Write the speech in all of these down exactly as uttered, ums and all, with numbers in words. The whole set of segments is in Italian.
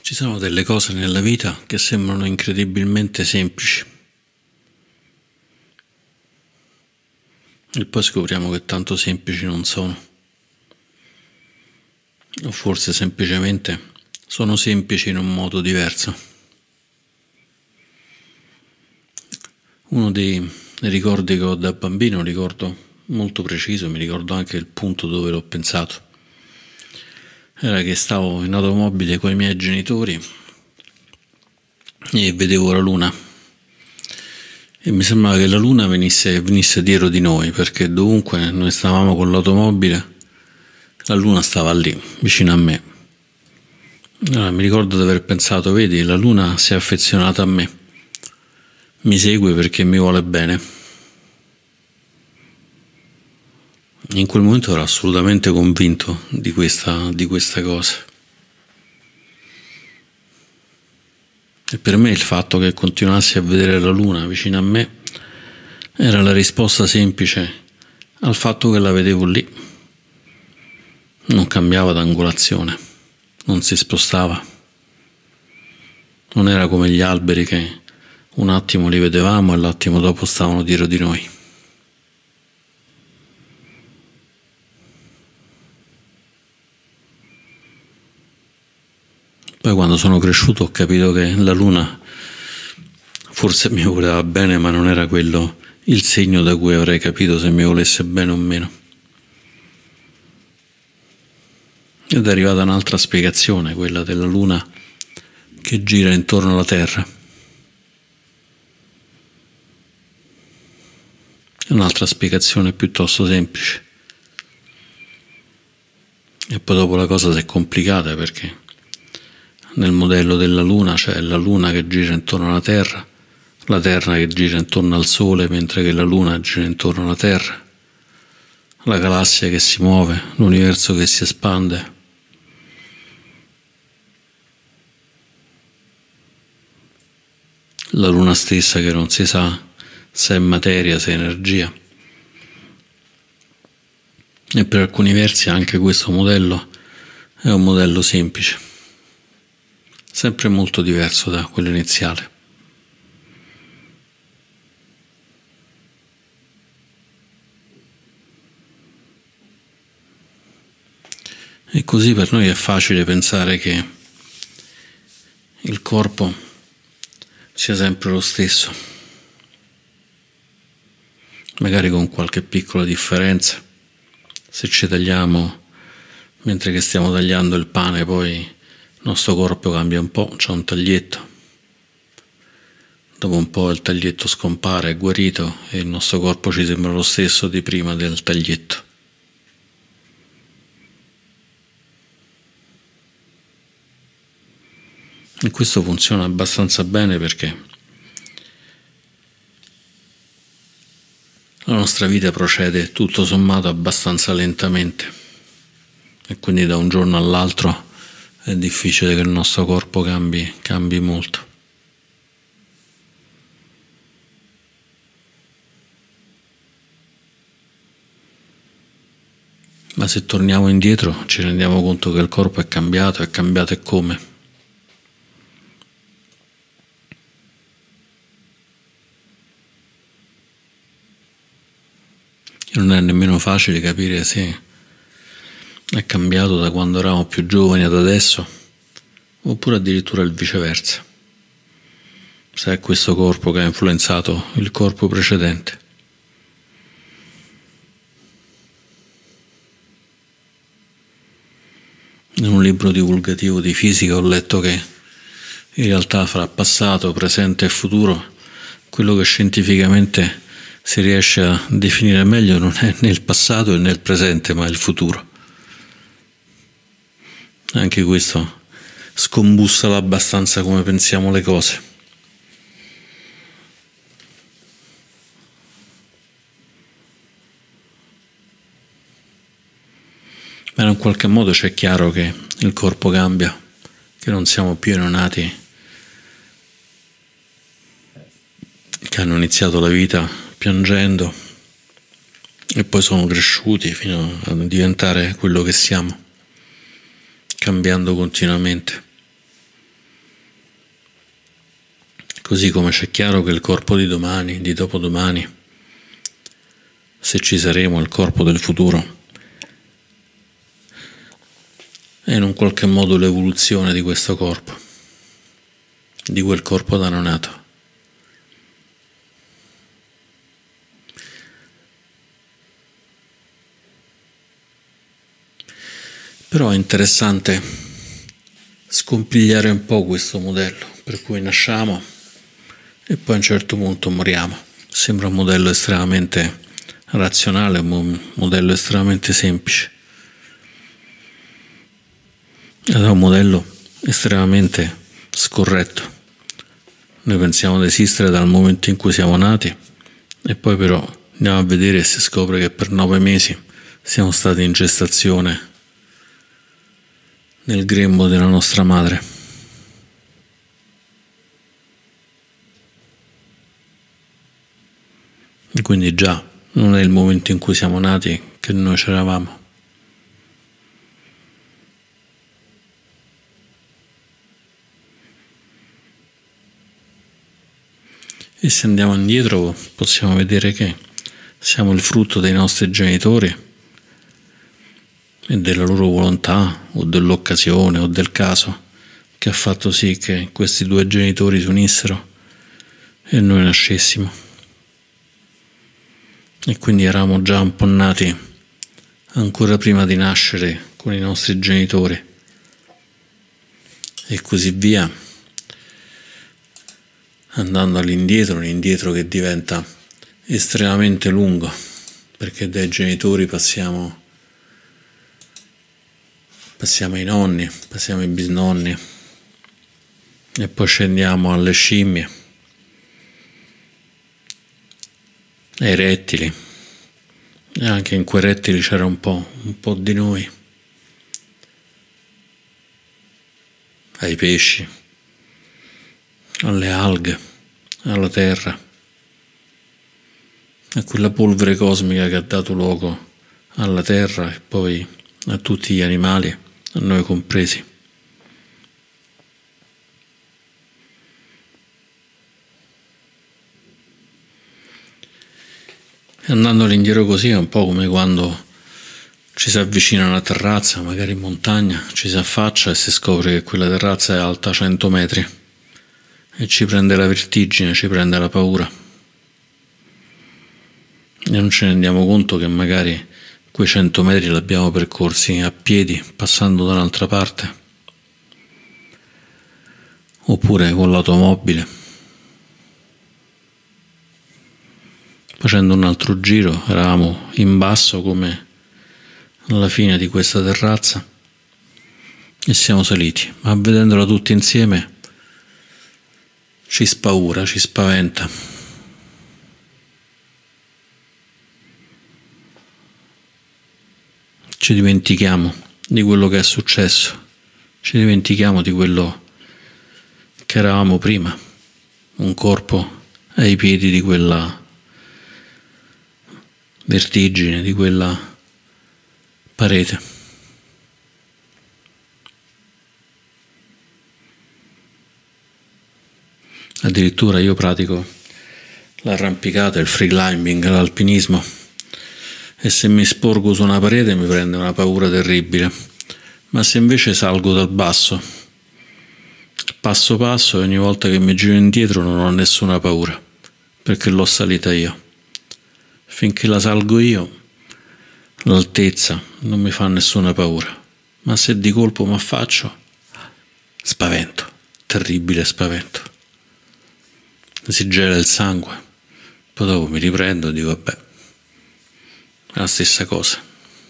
Ci sono delle cose nella vita che sembrano incredibilmente semplici e poi scopriamo che tanto semplici non sono, o forse semplicemente sono semplici in un modo diverso. Uno dei ricordi che ho da bambino, un ricordo molto preciso, mi ricordo anche il punto dove l'ho pensato, era che stavo in automobile con i miei genitori e vedevo la luna e mi sembrava che la luna venisse, venisse dietro di noi, perché dovunque noi stavamo con l'automobile la luna stava lì, vicino a me. Allora, mi ricordo di aver pensato: vedi, la luna si è affezionata a me, mi segue perché mi vuole bene. In quel momento ero assolutamente convinto di questa, di questa cosa. E per me il fatto che continuassi a vedere la luna vicino a me era la risposta semplice al fatto che la vedevo lì. Non cambiava d'angolazione, non si spostava. Non era come gli alberi che un attimo li vedevamo e l'attimo dopo stavano dietro di noi. Poi quando sono cresciuto ho capito che la luna forse mi voleva bene, ma non era quello il segno da cui avrei capito se mi volesse bene o meno. Ed è arrivata un'altra spiegazione, quella della luna che gira intorno alla Terra. È un'altra spiegazione piuttosto semplice. E poi dopo la cosa si è complicata, perché nel modello della luna c'è la luna che gira intorno alla Terra, la Terra che gira intorno al Sole mentre che la luna gira intorno alla Terra, la galassia che si muove, l'universo che si espande. La luna stessa che non si sa se è materia, se è energia. E per alcuni versi anche questo modello è un modello semplice, sempre molto diverso da quello iniziale. E così per noi è facile pensare che il corpo sia sempre lo stesso, magari con qualche piccola differenza. Se ci tagliamo mentre che stiamo tagliando il pane, poi il nostro corpo cambia un po', c'è un taglietto. Dopo un po' il taglietto scompare, è guarito e il nostro corpo ci sembra lo stesso di prima del taglietto. E questo funziona abbastanza bene perché la nostra vita procede tutto sommato abbastanza lentamente e quindi da un giorno all'altro è difficile che il nostro corpo cambi, cambi molto. Ma se torniamo indietro ci rendiamo conto che il corpo è cambiato, è cambiato e come? E non è nemmeno facile capire se è cambiato da quando eravamo più giovani ad adesso, oppure addirittura il viceversa. Se è questo corpo che ha influenzato il corpo precedente. In un libro divulgativo di fisica ho letto che in realtà fra passato, presente e futuro quello che scientificamente si riesce a definire meglio non è né il passato né il presente, ma il futuro. Anche questo scombussola abbastanza come pensiamo le cose. Ma in qualche modo c'è chiaro che il corpo cambia, che non siamo più i neonati che hanno iniziato la vita piangendo e poi sono cresciuti fino a diventare quello che siamo, cambiando continuamente. Così come c'è chiaro che il corpo di domani, di dopodomani, se ci saremo, il corpo del futuro, è in un qualche modo l'evoluzione di questo corpo, di quel corpo da non nato. Però è interessante scompigliare un po' questo modello, per cui nasciamo e poi a un certo punto moriamo. Sembra un modello estremamente razionale, un modello estremamente semplice. Ed è un modello estremamente scorretto. Noi pensiamo di esistere dal momento in cui siamo nati e poi però andiamo a vedere e si scopre che per nove mesi siamo stati in gestazione nel grembo della nostra madre. E quindi già non è il momento in cui siamo nati che noi c'eravamo. E se andiamo indietro possiamo vedere che siamo il frutto dei nostri genitori e della loro volontà o dell'occasione o del caso che ha fatto sì che questi due genitori si unissero e noi nascessimo. E quindi eravamo già un po' nati ancora prima di nascere con i nostri genitori e così via, andando all'indietro, un indietro che diventa estremamente lungo, perché dai genitori passiamo passiamo ai nonni, passiamo ai bisnonni e poi scendiamo alle scimmie, ai rettili, e anche in quei rettili c'era un po', un po' di noi, ai pesci, alle alghe, alla terra, a quella polvere cosmica che ha dato luogo alla terra e poi a tutti gli animali, a noi compresi. E andando all'indietro così è un po' come quando ci si avvicina a una terrazza, magari in montagna, ci si affaccia e si scopre che quella terrazza è alta cento metri e ci prende la vertigine, ci prende la paura e non ce ne rendiamo conto che magari quei cento metri l'abbiamo percorsi a piedi, passando da un'altra parte, oppure con l'automobile, facendo un altro giro. Eravamo in basso come alla fine di questa terrazza e siamo saliti, ma vedendola tutti insieme ci spaura, ci spaventa. Ci dimentichiamo di quello che è successo, ci dimentichiamo di quello che eravamo prima, un corpo ai piedi di quella vertigine, di quella parete. Addirittura io pratico l'arrampicata, il free climbing, l'alpinismo, e se mi sporgo su una parete mi prende una paura terribile, ma se invece salgo dal basso, passo passo, e ogni volta che mi giro indietro non ho nessuna paura, perché l'ho salita io. Finché la salgo io, l'altezza non mi fa nessuna paura, ma se di colpo mi affaccio, spavento, terribile spavento. Si gela il sangue, poi dopo mi riprendo e dico vabbè, è la stessa cosa.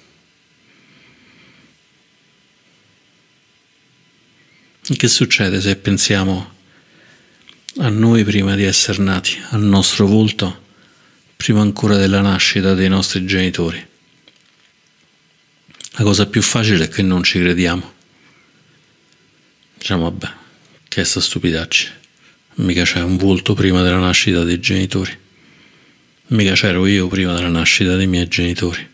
Che succede se pensiamo a noi prima di essere nati, al nostro volto prima ancora della nascita dei nostri genitori? La cosa più facile è che non ci crediamo. Diciamo vabbè, che è sta stupidaggine, mica c'è un volto prima della nascita dei genitori, mica c'ero io prima della nascita dei miei genitori.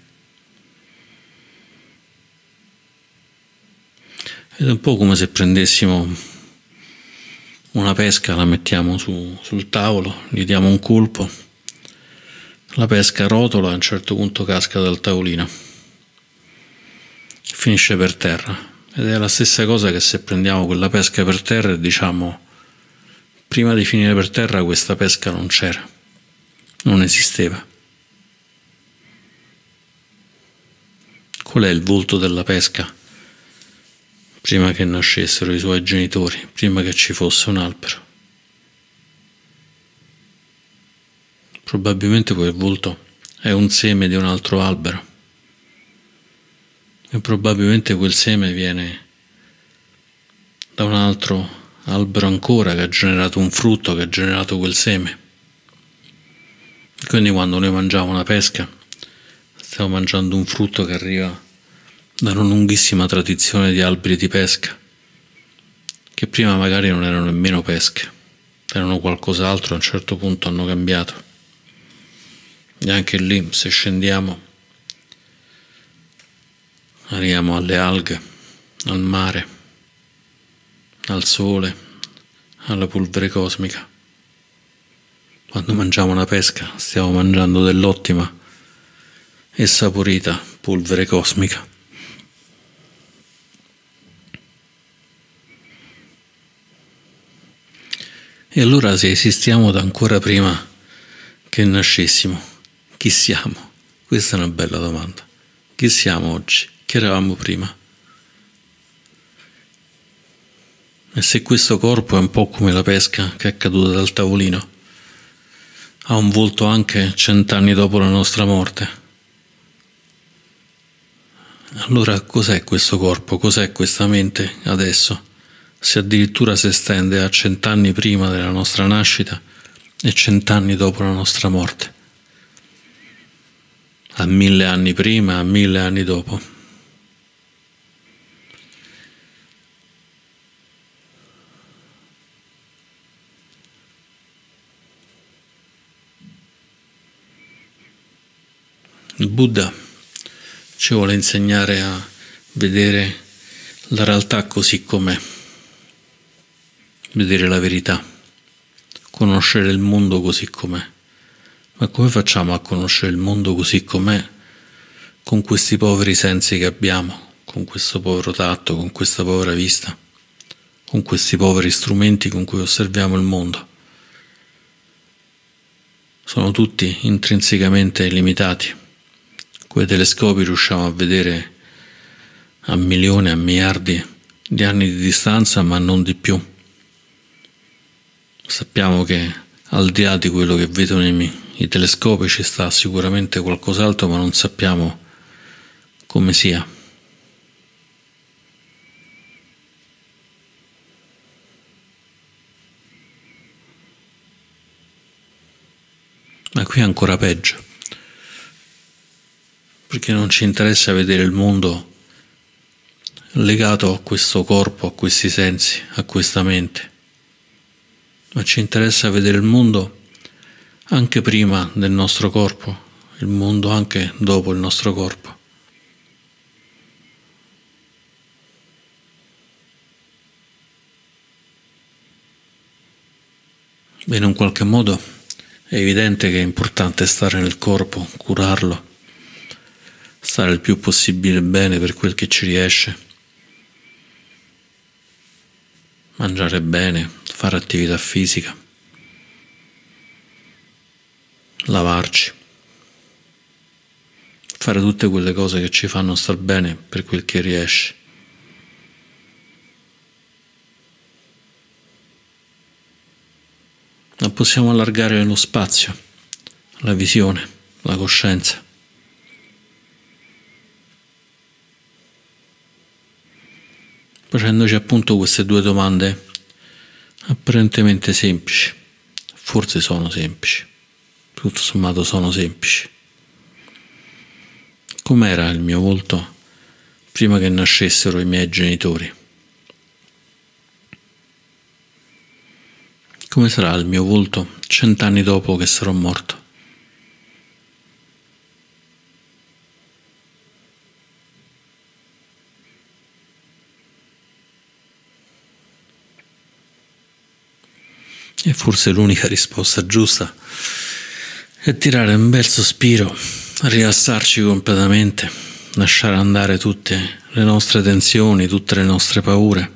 Ed è un po' come se prendessimo una pesca, la mettiamo su, sul tavolo, gli diamo un colpo, la pesca rotola, a un certo punto casca dal tavolino, finisce per terra. Ed è la stessa cosa che se prendiamo quella pesca per terra e diciamo: prima di finire per terra questa pesca non c'era, non esisteva. Qual è il volto della pesca prima che nascessero i suoi genitori, prima che ci fosse un albero? Probabilmente quel volto è un seme di un altro albero e probabilmente quel seme viene da un altro albero ancora che ha generato un frutto, che ha generato quel seme. Quindi quando noi mangiamo una pesca stiamo mangiando un frutto che arriva da una lunghissima tradizione di alberi di pesca, che prima magari non erano nemmeno pesche, erano qualcos'altro, a un certo punto hanno cambiato. E anche lì, se scendiamo, arriviamo alle alghe, al mare, al sole, alla polvere cosmica. Quando mangiamo una pesca stiamo mangiando dell'ottima e saporita polvere cosmica. E allora, se esistiamo da ancora prima che nascessimo, chi siamo? Questa è una bella domanda. Chi siamo oggi? Chi eravamo prima? E se questo corpo è un po' come la pesca che è caduta dal tavolino, ha un volto anche cent'anni dopo la nostra morte, allora cos'è questo corpo? Cos'è questa mente adesso? Se addirittura si estende a cent'anni prima della nostra nascita e cent'anni dopo la nostra morte, a mille anni prima, a mille anni dopo. Il Buddha ci vuole insegnare a vedere la realtà così com'è, vedere la verità, conoscere il mondo così com'è. Ma come facciamo a conoscere il mondo così com'è con questi poveri sensi che abbiamo, con questo povero tatto, con questa povera vista, con questi poveri strumenti con cui osserviamo il mondo? Sono tutti intrinsecamente limitati. Con i telescopi riusciamo a vedere a milioni, a miliardi di anni di distanza, ma non di più. Sappiamo che al di là di quello che vedono i, i telescopi ci sta sicuramente qualcos'altro, ma non sappiamo come sia. Ma qui è ancora peggio, perché non ci interessa vedere il mondo legato a questo corpo, a questi sensi, a questa mente, ma ci interessa vedere il mondo anche prima del nostro corpo, il mondo anche dopo il nostro corpo. Bene, in qualche modo è evidente che è importante stare nel corpo, curarlo, stare il più possibile bene per quel che ci riesce, mangiare bene, fare attività fisica, lavarci, fare tutte quelle cose che ci fanno star bene per quel che riesce. Ma possiamo allargare lo spazio, la visione, la coscienza. Facendoci appunto queste due domande apparentemente semplici, forse sono semplici, tutto sommato sono semplici. Com'era il mio volto prima che nascessero i miei genitori? Come sarà il mio volto cent'anni dopo che sarò morto? E forse l'unica risposta giusta è tirare un bel sospiro, rilassarci completamente, lasciare andare tutte le nostre tensioni, tutte le nostre paure,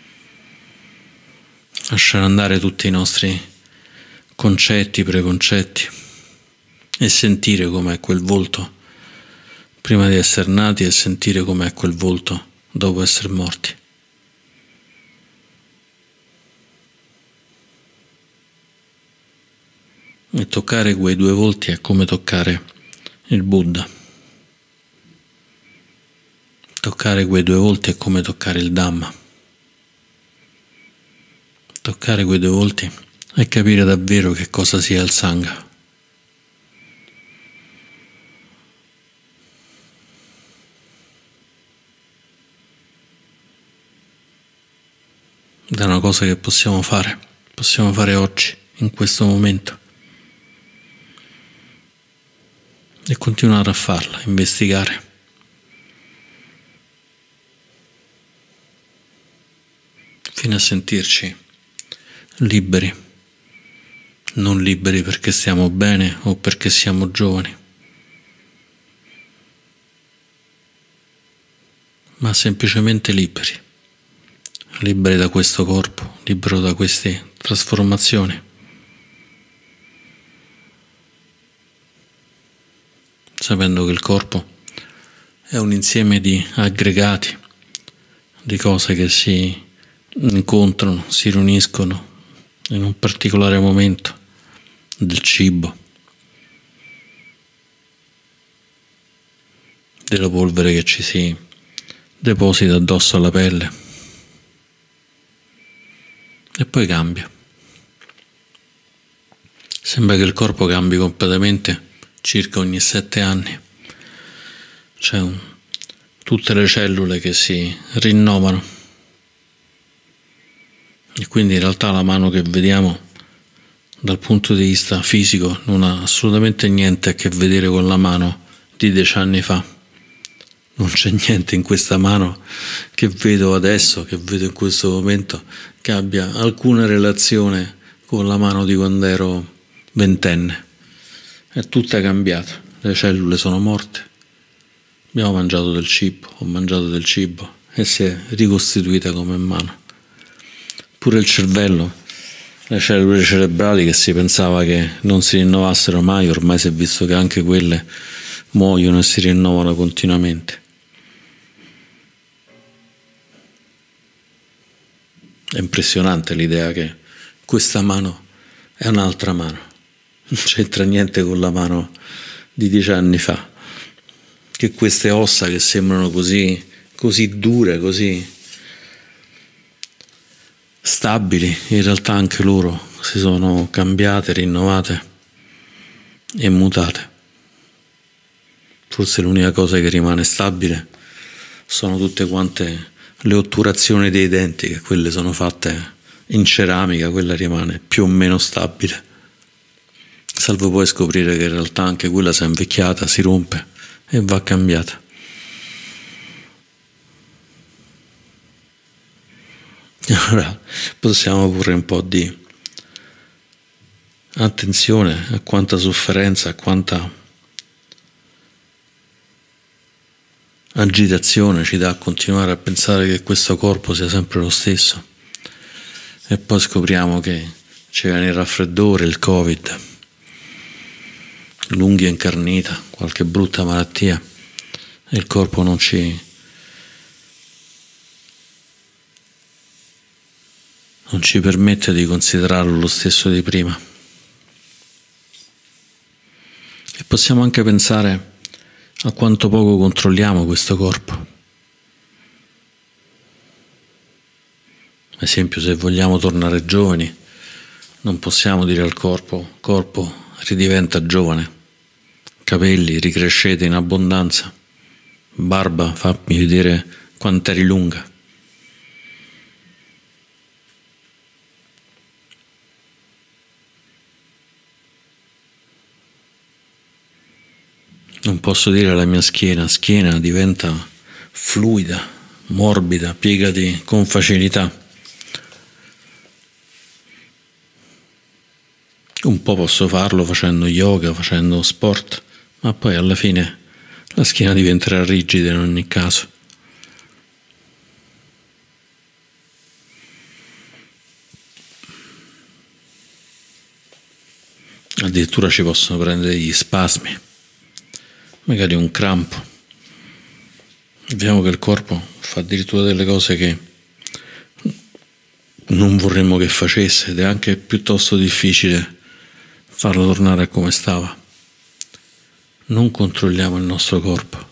lasciare andare tutti i nostri concetti, preconcetti e sentire com'è quel volto prima di essere nati e sentire com'è quel volto dopo essere morti. E toccare quei due volti è come toccare il Buddha. Toccare quei due volti è come toccare il Dhamma. Toccare quei due volti è capire davvero che cosa sia il Sangha. Ed è una cosa che possiamo fare, possiamo fare oggi, in questo momento. E continuare a farla, investigare. Fino a sentirci liberi, non liberi perché stiamo bene o perché siamo giovani, ma semplicemente liberi, liberi da questo corpo, libero da queste trasformazioni. Sapendo che il corpo è un insieme di aggregati, di cose che si incontrano, si riuniscono in un particolare momento, del cibo, della polvere che ci si deposita addosso alla pelle e poi cambia. Sembra che il corpo cambi completamente circa ogni sette anni. C'è un, tutte le cellule che si rinnovano e quindi in realtà la mano che vediamo dal punto di vista fisico non ha assolutamente niente a che vedere con la mano di dieci anni fa. Non c'è niente in questa mano che vedo adesso, che vedo in questo momento, che abbia alcuna relazione con la mano di quando ero ventenne. È tutta cambiata, le cellule sono morte, abbiamo mangiato del cibo, ho mangiato del cibo e si è ricostituita come mano. Pure il cervello, le cellule cerebrali che si pensava che non si rinnovassero mai, ormai si è visto che anche quelle muoiono e si rinnovano continuamente. È impressionante l'idea che questa mano è un'altra mano. Non c'entra niente con la mano di dieci anni fa, che queste ossa che sembrano così, così dure, così stabili, in realtà anche loro si sono cambiate, rinnovate e mutate. Forse l'unica cosa che rimane stabile sono tutte quante le otturazioni dei denti, che quelle sono fatte in ceramica, quella rimane più o meno stabile. Salvo poi scoprire che in realtà anche quella si è invecchiata, si rompe e va cambiata. Allora possiamo porre un po' di attenzione a quanta sofferenza, a quanta agitazione ci dà a continuare a pensare che questo corpo sia sempre lo stesso. E poi scopriamo che ci viene il raffreddore, il Covid, l'unghia incarnita, qualche brutta malattia, e il corpo non ci non ci permette di considerarlo lo stesso di prima. E possiamo anche pensare a quanto poco controlliamo questo corpo. Ad esempio, se vogliamo tornare giovani, non possiamo dire al corpo: corpo, ridiventa giovane, capelli, ricrescete in abbondanza, barba, fammi vedere quanto eri lunga. Non posso dire alla mia schiena: schiena, diventa fluida, morbida, piegati con facilità. Un po' posso farlo facendo yoga, facendo sport, ma poi alla fine la schiena diventerà rigida in ogni caso. Addirittura ci possono prendere gli spasmi, magari un crampo. Vediamo che il corpo fa addirittura delle cose che non vorremmo che facesse, ed è anche piuttosto difficile farlo tornare a come stava. Non controlliamo il nostro corpo,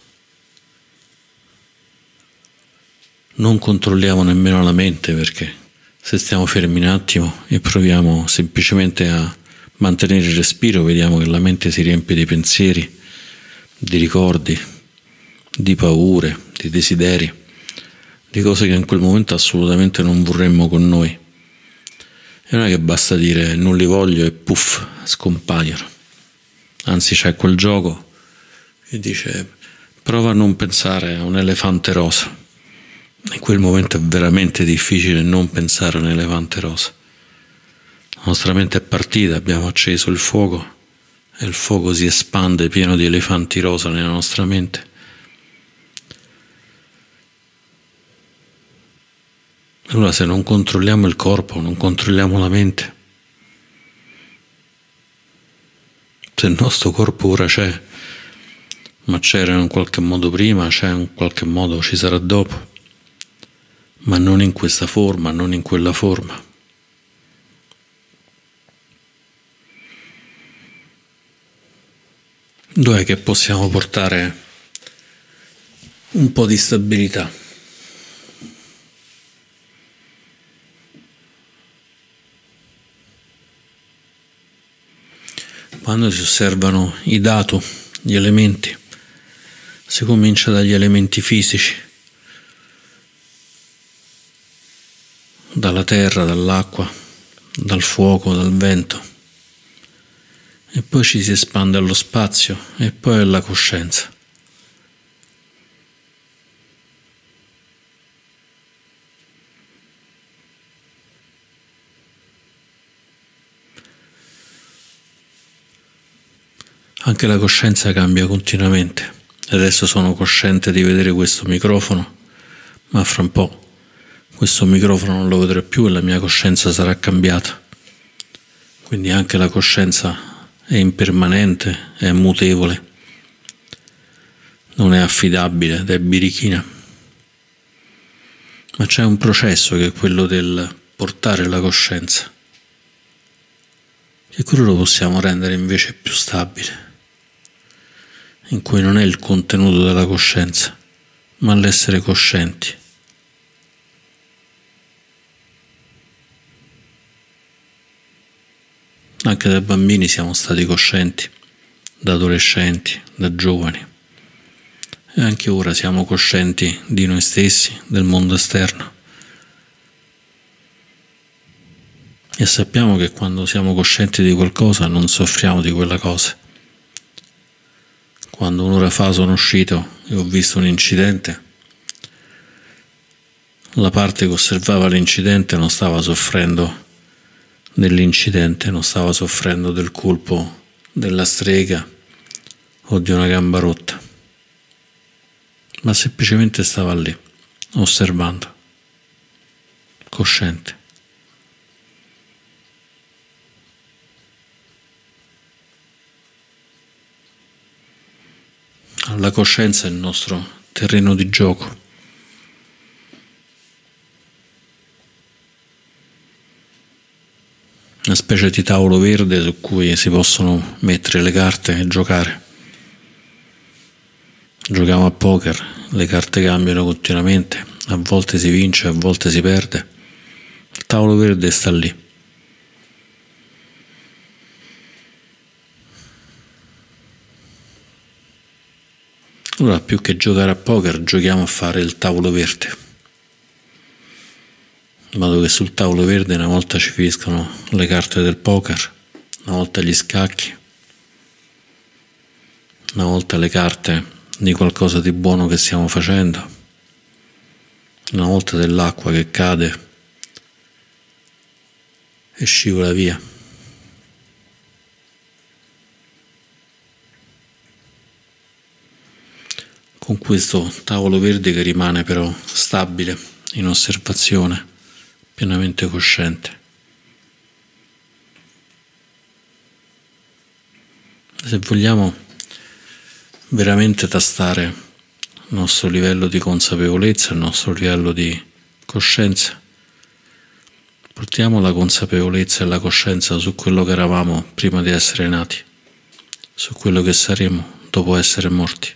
non controlliamo nemmeno la mente, perché se stiamo fermi un attimo e proviamo semplicemente a mantenere il respiro, vediamo che la mente si riempie di pensieri, di ricordi, di paure, di desideri, di cose che in quel momento assolutamente non vorremmo con noi. E non è che basta dire non li voglio e puff, scompaiono. Anzi, c'è quel gioco che dice prova a non pensare a un elefante rosa. In quel momento è veramente difficile non pensare a un elefante rosa. La nostra mente è partita, abbiamo acceso il fuoco e il fuoco si espande pieno di elefanti rosa nella nostra mente. Allora, se non controlliamo il corpo, non controlliamo la mente, se il nostro corpo ora c'è, ma c'era in qualche modo prima, c'è in qualche modo, ci sarà dopo, ma non in questa forma, non in quella forma. Dov'è che possiamo portare un po' di stabilità? Quando si osservano i dati, gli elementi, si comincia dagli elementi fisici, dalla terra, dall'acqua, dal fuoco, dal vento, e poi ci si espande allo spazio e poi alla coscienza. Anche la coscienza cambia continuamente. Adesso sono cosciente di vedere questo microfono, ma fra un po' questo microfono non lo vedrò più e la mia coscienza sarà cambiata. Quindi anche la coscienza è impermanente, è mutevole, non è affidabile ed è birichina. Ma c'è un processo che è quello del portare la coscienza, che quello lo possiamo rendere invece più stabile, in cui non è il contenuto della coscienza, ma l'essere coscienti. Anche da bambini siamo stati coscienti, da adolescenti, da giovani, e anche ora siamo coscienti di noi stessi, del mondo esterno. E sappiamo che quando siamo coscienti di qualcosa non soffriamo di quella cosa. Quando un'ora fa sono uscito e ho visto un incidente, la parte che osservava l'incidente non stava soffrendo dell'incidente, non stava soffrendo del colpo della strega o di una gamba rotta, ma semplicemente stava lì, osservando, cosciente. La coscienza è il nostro terreno di gioco. Una specie di tavolo verde su cui si possono mettere le carte e giocare. Giochiamo a poker, le carte cambiano continuamente, a volte si vince, a volte si perde. Il tavolo verde sta lì. Allora, più che giocare a poker, giochiamo a fare il tavolo verde, in modo che sul tavolo verde una volta ci finiscono le carte del poker, una volta gli scacchi, una volta le carte di qualcosa di buono che stiamo facendo, una volta dell'acqua che cade e scivola via. con questo tavolo verde che rimane però stabile, in osservazione, pienamente cosciente. Se vogliamo veramente tastare il nostro livello di consapevolezza, il nostro livello di coscienza, portiamo la consapevolezza e la coscienza su quello che eravamo prima di essere nati, su quello che saremo dopo essere morti.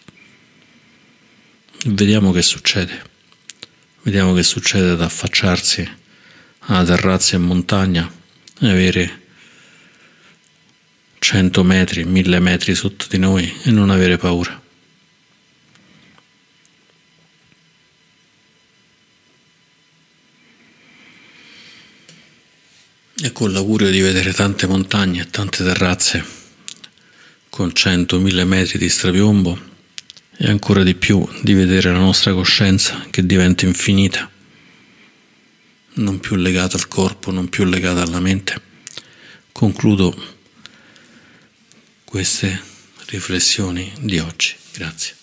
Vediamo che succede. Vediamo che succede ad affacciarsi a terrazze in montagna e avere cento metri, mille metri sotto di noi e non avere paura. E con l'augurio di vedere tante montagne e tante terrazze con cento mille metri di strapiombo e ancora di più di vedere la nostra coscienza che diventa infinita, non più legata al corpo, non più legata alla mente, concludo queste riflessioni di oggi. Grazie.